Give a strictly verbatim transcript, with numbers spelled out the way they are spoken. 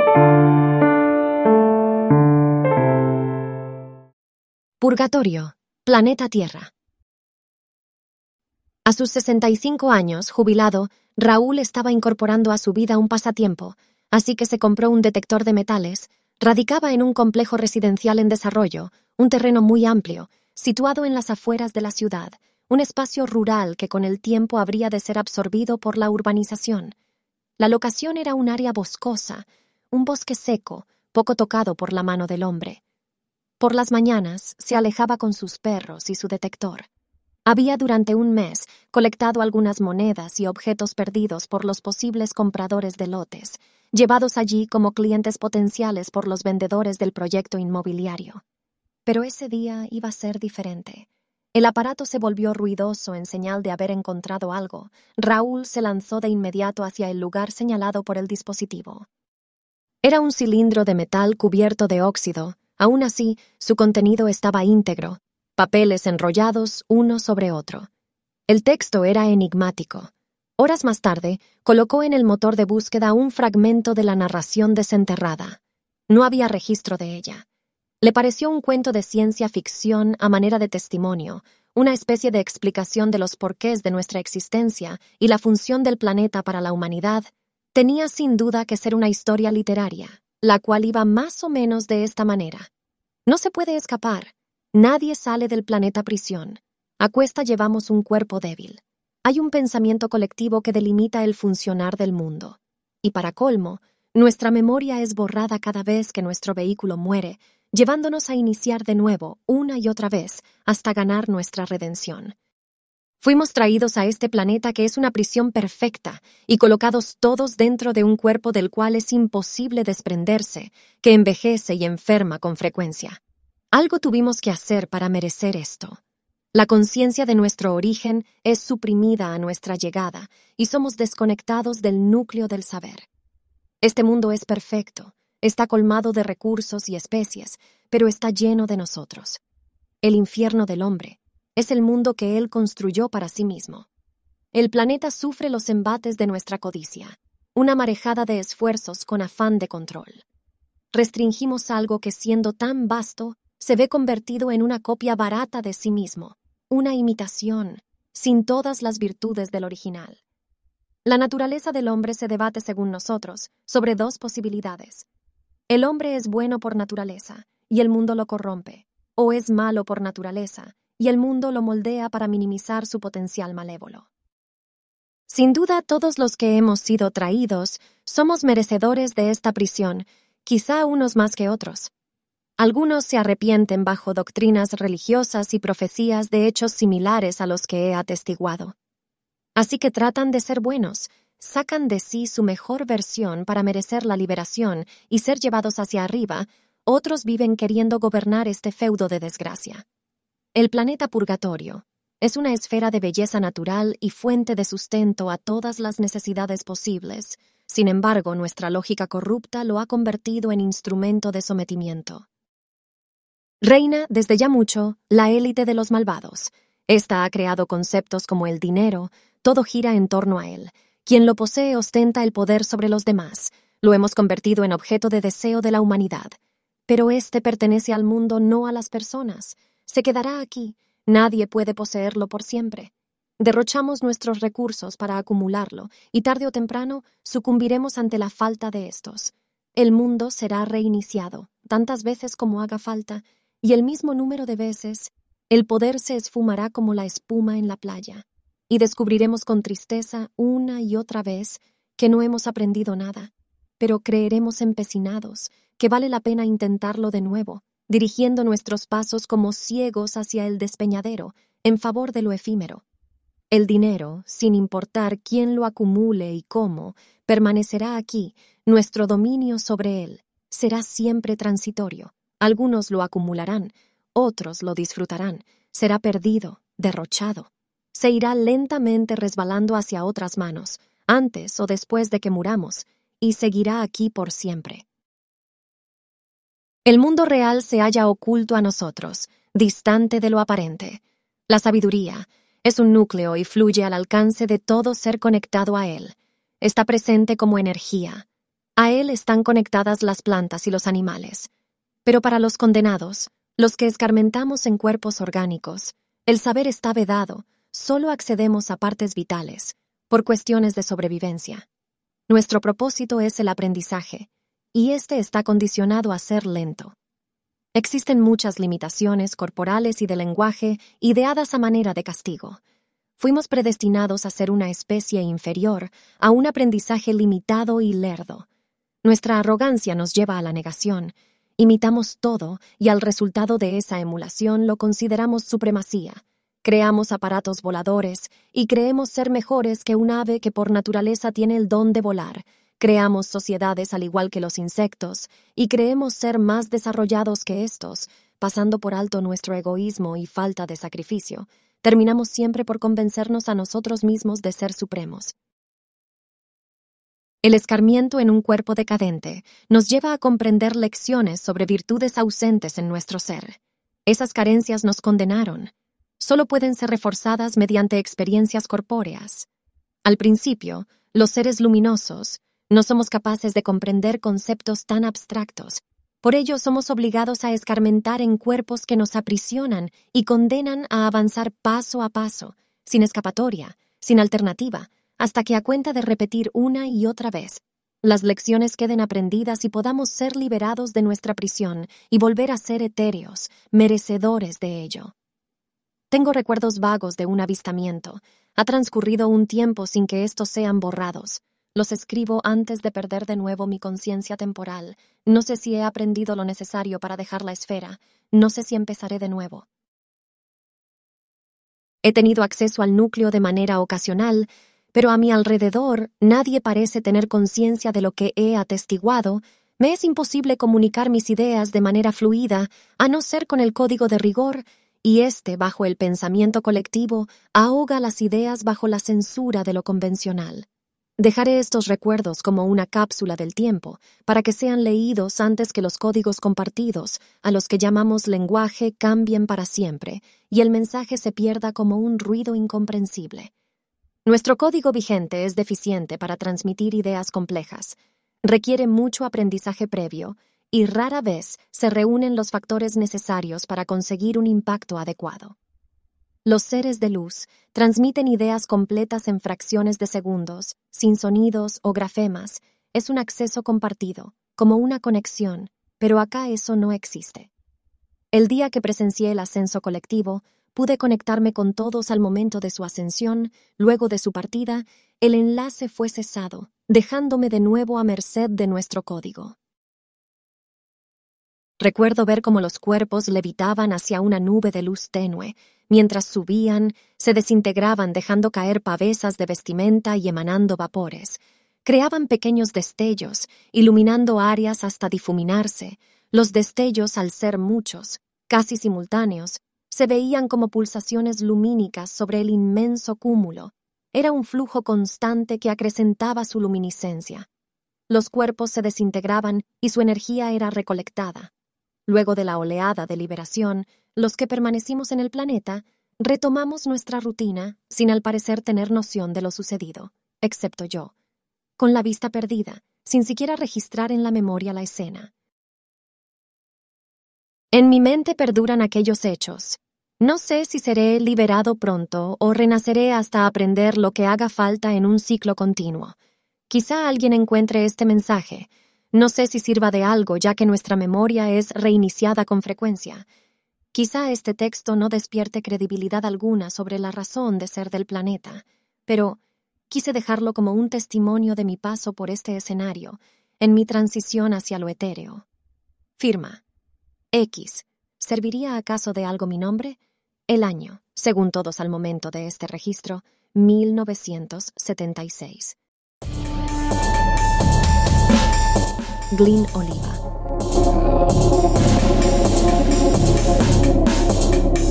Purgatorio, planeta Tierra. A sus sesenta y cinco años, jubilado, Raúl estaba incorporando a su vida un pasatiempo, así que se compró un detector de metales. Radicaba en un complejo residencial en desarrollo, un terreno muy amplio, situado en las afueras de la ciudad, un espacio rural que con el tiempo habría de ser absorbido por la urbanización. La locación era un área boscosa, un bosque seco, poco tocado por la mano del hombre. Por las mañanas se alejaba con sus perros y su detector. Había durante un mes colectado algunas monedas y objetos perdidos por los posibles compradores de lotes, llevados allí como clientes potenciales por los vendedores del proyecto inmobiliario. Pero ese día iba a ser diferente. El aparato se volvió ruidoso en señal de haber encontrado algo. Raúl se lanzó de inmediato hacia el lugar señalado por el dispositivo. Era un cilindro de metal cubierto de óxido. Aún así, su contenido estaba íntegro, papeles enrollados uno sobre otro. El texto era enigmático. Horas más tarde, colocó en el motor de búsqueda un fragmento de la narración desenterrada. No había registro de ella. Le pareció un cuento de ciencia ficción a manera de testimonio, una especie de explicación de los porqués de nuestra existencia y la función del planeta para la humanidad. Tenía sin duda que ser una historia literaria, la cual iba más o menos de esta manera. No se puede escapar. Nadie sale del planeta prisión. A cuesta llevamos un cuerpo débil. Hay un pensamiento colectivo que delimita el funcionar del mundo. Y para colmo, nuestra memoria es borrada cada vez que nuestro vehículo muere, llevándonos a iniciar de nuevo, una y otra vez, hasta ganar nuestra redención. Fuimos traídos a este planeta que es una prisión perfecta y colocados todos dentro de un cuerpo del cual es imposible desprenderse, que envejece y enferma con frecuencia. Algo tuvimos que hacer para merecer esto. La conciencia de nuestro origen es suprimida a nuestra llegada y somos desconectados del núcleo del saber. Este mundo es perfecto, está colmado de recursos y especies, pero está lleno de nosotros. El infierno del hombre es el mundo que él construyó para sí mismo. El planeta sufre los embates de nuestra codicia, una marejada de esfuerzos con afán de control. Restringimos algo que, siendo tan vasto, se ve convertido en una copia barata de sí mismo, una imitación, sin todas las virtudes del original. La naturaleza del hombre se debate, según nosotros, sobre dos posibilidades. El hombre es bueno por naturaleza, y el mundo lo corrompe, o es malo por naturaleza, y el mundo lo moldea para minimizar su potencial malévolo. Sin duda, todos los que hemos sido traídos somos merecedores de esta prisión, quizá unos más que otros. Algunos se arrepienten bajo doctrinas religiosas y profecías de hechos similares a los que he atestiguado. Así que tratan de ser buenos, sacan de sí su mejor versión para merecer la liberación y ser llevados hacia arriba. Otros viven queriendo gobernar este feudo de desgracia. El planeta Purgatorio es una esfera de belleza natural y fuente de sustento a todas las necesidades posibles. Sin embargo, nuestra lógica corrupta lo ha convertido en instrumento de sometimiento. Reina, desde ya mucho, la élite de los malvados. Esta ha creado conceptos como el dinero, todo gira en torno a él. Quien lo posee ostenta el poder sobre los demás. Lo hemos convertido en objeto de deseo de la humanidad. Pero este pertenece al mundo, no a las personas. Se quedará aquí. Nadie puede poseerlo por siempre. Derrochamos nuestros recursos para acumularlo y tarde o temprano sucumbiremos ante la falta de estos. El mundo será reiniciado, tantas veces como haga falta, y el mismo número de veces, el poder se esfumará como la espuma en la playa, y descubriremos con tristeza una y otra vez que no hemos aprendido nada, pero creeremos empecinados que vale la pena intentarlo de nuevo, dirigiendo nuestros pasos como ciegos hacia el despeñadero, en favor de lo efímero. El dinero, sin importar quién lo acumule y cómo, permanecerá aquí. Nuestro dominio sobre él será siempre transitorio. Algunos lo acumularán, otros lo disfrutarán. Será perdido, derrochado. Se irá lentamente resbalando hacia otras manos, antes o después de que muramos, y seguirá aquí por siempre. El mundo real se halla oculto a nosotros, distante de lo aparente. La sabiduría es un núcleo y fluye al alcance de todo ser conectado a él. Está presente como energía. A él están conectadas las plantas y los animales. Pero para los condenados, los que escarmentamos en cuerpos orgánicos, el saber está vedado, solo accedemos a partes vitales, por cuestiones de sobrevivencia. Nuestro propósito es el aprendizaje, y este está condicionado a ser lento. Existen muchas limitaciones corporales y de lenguaje ideadas a manera de castigo. Fuimos predestinados a ser una especie inferior, a un aprendizaje limitado y lerdo. Nuestra arrogancia nos lleva a la negación. Imitamos todo y al resultado de esa emulación lo consideramos supremacía. Creamos aparatos voladores y creemos ser mejores que un ave que por naturaleza tiene el don de volar. Creamos sociedades al igual que los insectos y creemos ser más desarrollados que estos, pasando por alto nuestro egoísmo y falta de sacrificio. Terminamos siempre por convencernos a nosotros mismos de ser supremos. El escarmiento en un cuerpo decadente nos lleva a comprender lecciones sobre virtudes ausentes en nuestro ser. Esas carencias nos condenaron. Solo pueden ser reforzadas mediante experiencias corpóreas. Al principio, los seres luminosos no somos capaces de comprender conceptos tan abstractos. Por ello, somos obligados a escarmentar en cuerpos que nos aprisionan y condenan a avanzar paso a paso, sin escapatoria, sin alternativa, hasta que a cuenta de repetir una y otra vez, las lecciones queden aprendidas y podamos ser liberados de nuestra prisión y volver a ser etéreos, merecedores de ello. Tengo recuerdos vagos de un avistamiento. Ha transcurrido un tiempo sin que estos sean borrados. Los escribo antes de perder de nuevo mi conciencia temporal. No sé si he aprendido lo necesario para dejar la esfera. No sé si empezaré de nuevo. He tenido acceso al núcleo de manera ocasional, pero a mi alrededor nadie parece tener conciencia de lo que he atestiguado. Me es imposible comunicar mis ideas de manera fluida, a no ser con el código de rigor, y este, bajo el pensamiento colectivo, ahoga las ideas bajo la censura de lo convencional. Dejaré estos recuerdos como una cápsula del tiempo, para que sean leídos antes que los códigos compartidos, a los que llamamos lenguaje, cambien para siempre, y el mensaje se pierda como un ruido incomprensible. Nuestro código vigente es deficiente para transmitir ideas complejas. Requiere mucho aprendizaje previo, y rara vez se reúnen los factores necesarios para conseguir un impacto adecuado. Los seres de luz transmiten ideas completas en fracciones de segundos, sin sonidos o grafemas. Es un acceso compartido, como una conexión, pero acá eso no existe. El día que presencié el ascenso colectivo, pude conectarme con todos al momento de su ascensión. Luego de su partida, el enlace fue cesado, dejándome de nuevo a merced de nuestro código. Recuerdo ver cómo los cuerpos levitaban hacia una nube de luz tenue. Mientras subían, se desintegraban dejando caer pavesas de vestimenta y emanando vapores. Creaban pequeños destellos, iluminando áreas hasta difuminarse. Los destellos, al ser muchos, casi simultáneos, se veían como pulsaciones lumínicas sobre el inmenso cúmulo. Era un flujo constante que acrecentaba su luminiscencia. Los cuerpos se desintegraban y su energía era recolectada. Luego de la oleada de liberación, los que permanecimos en el planeta retomamos nuestra rutina sin al parecer tener noción de lo sucedido, excepto yo, con la vista perdida, sin siquiera registrar en la memoria la escena. En mi mente perduran aquellos hechos. No sé si seré liberado pronto o renaceré hasta aprender lo que haga falta en un ciclo continuo. Quizá alguien encuentre este mensaje. No sé si sirva de algo, ya que nuestra memoria es reiniciada con frecuencia. Quizá este texto no despierte credibilidad alguna sobre la razón de ser del planeta, pero quise dejarlo como un testimonio de mi paso por este escenario, en mi transición hacia lo etéreo. Firma. X. ¿Serviría acaso de algo mi nombre? El año, según todos al momento de este registro, mil novecientos setenta y seis. Glyn Oliva.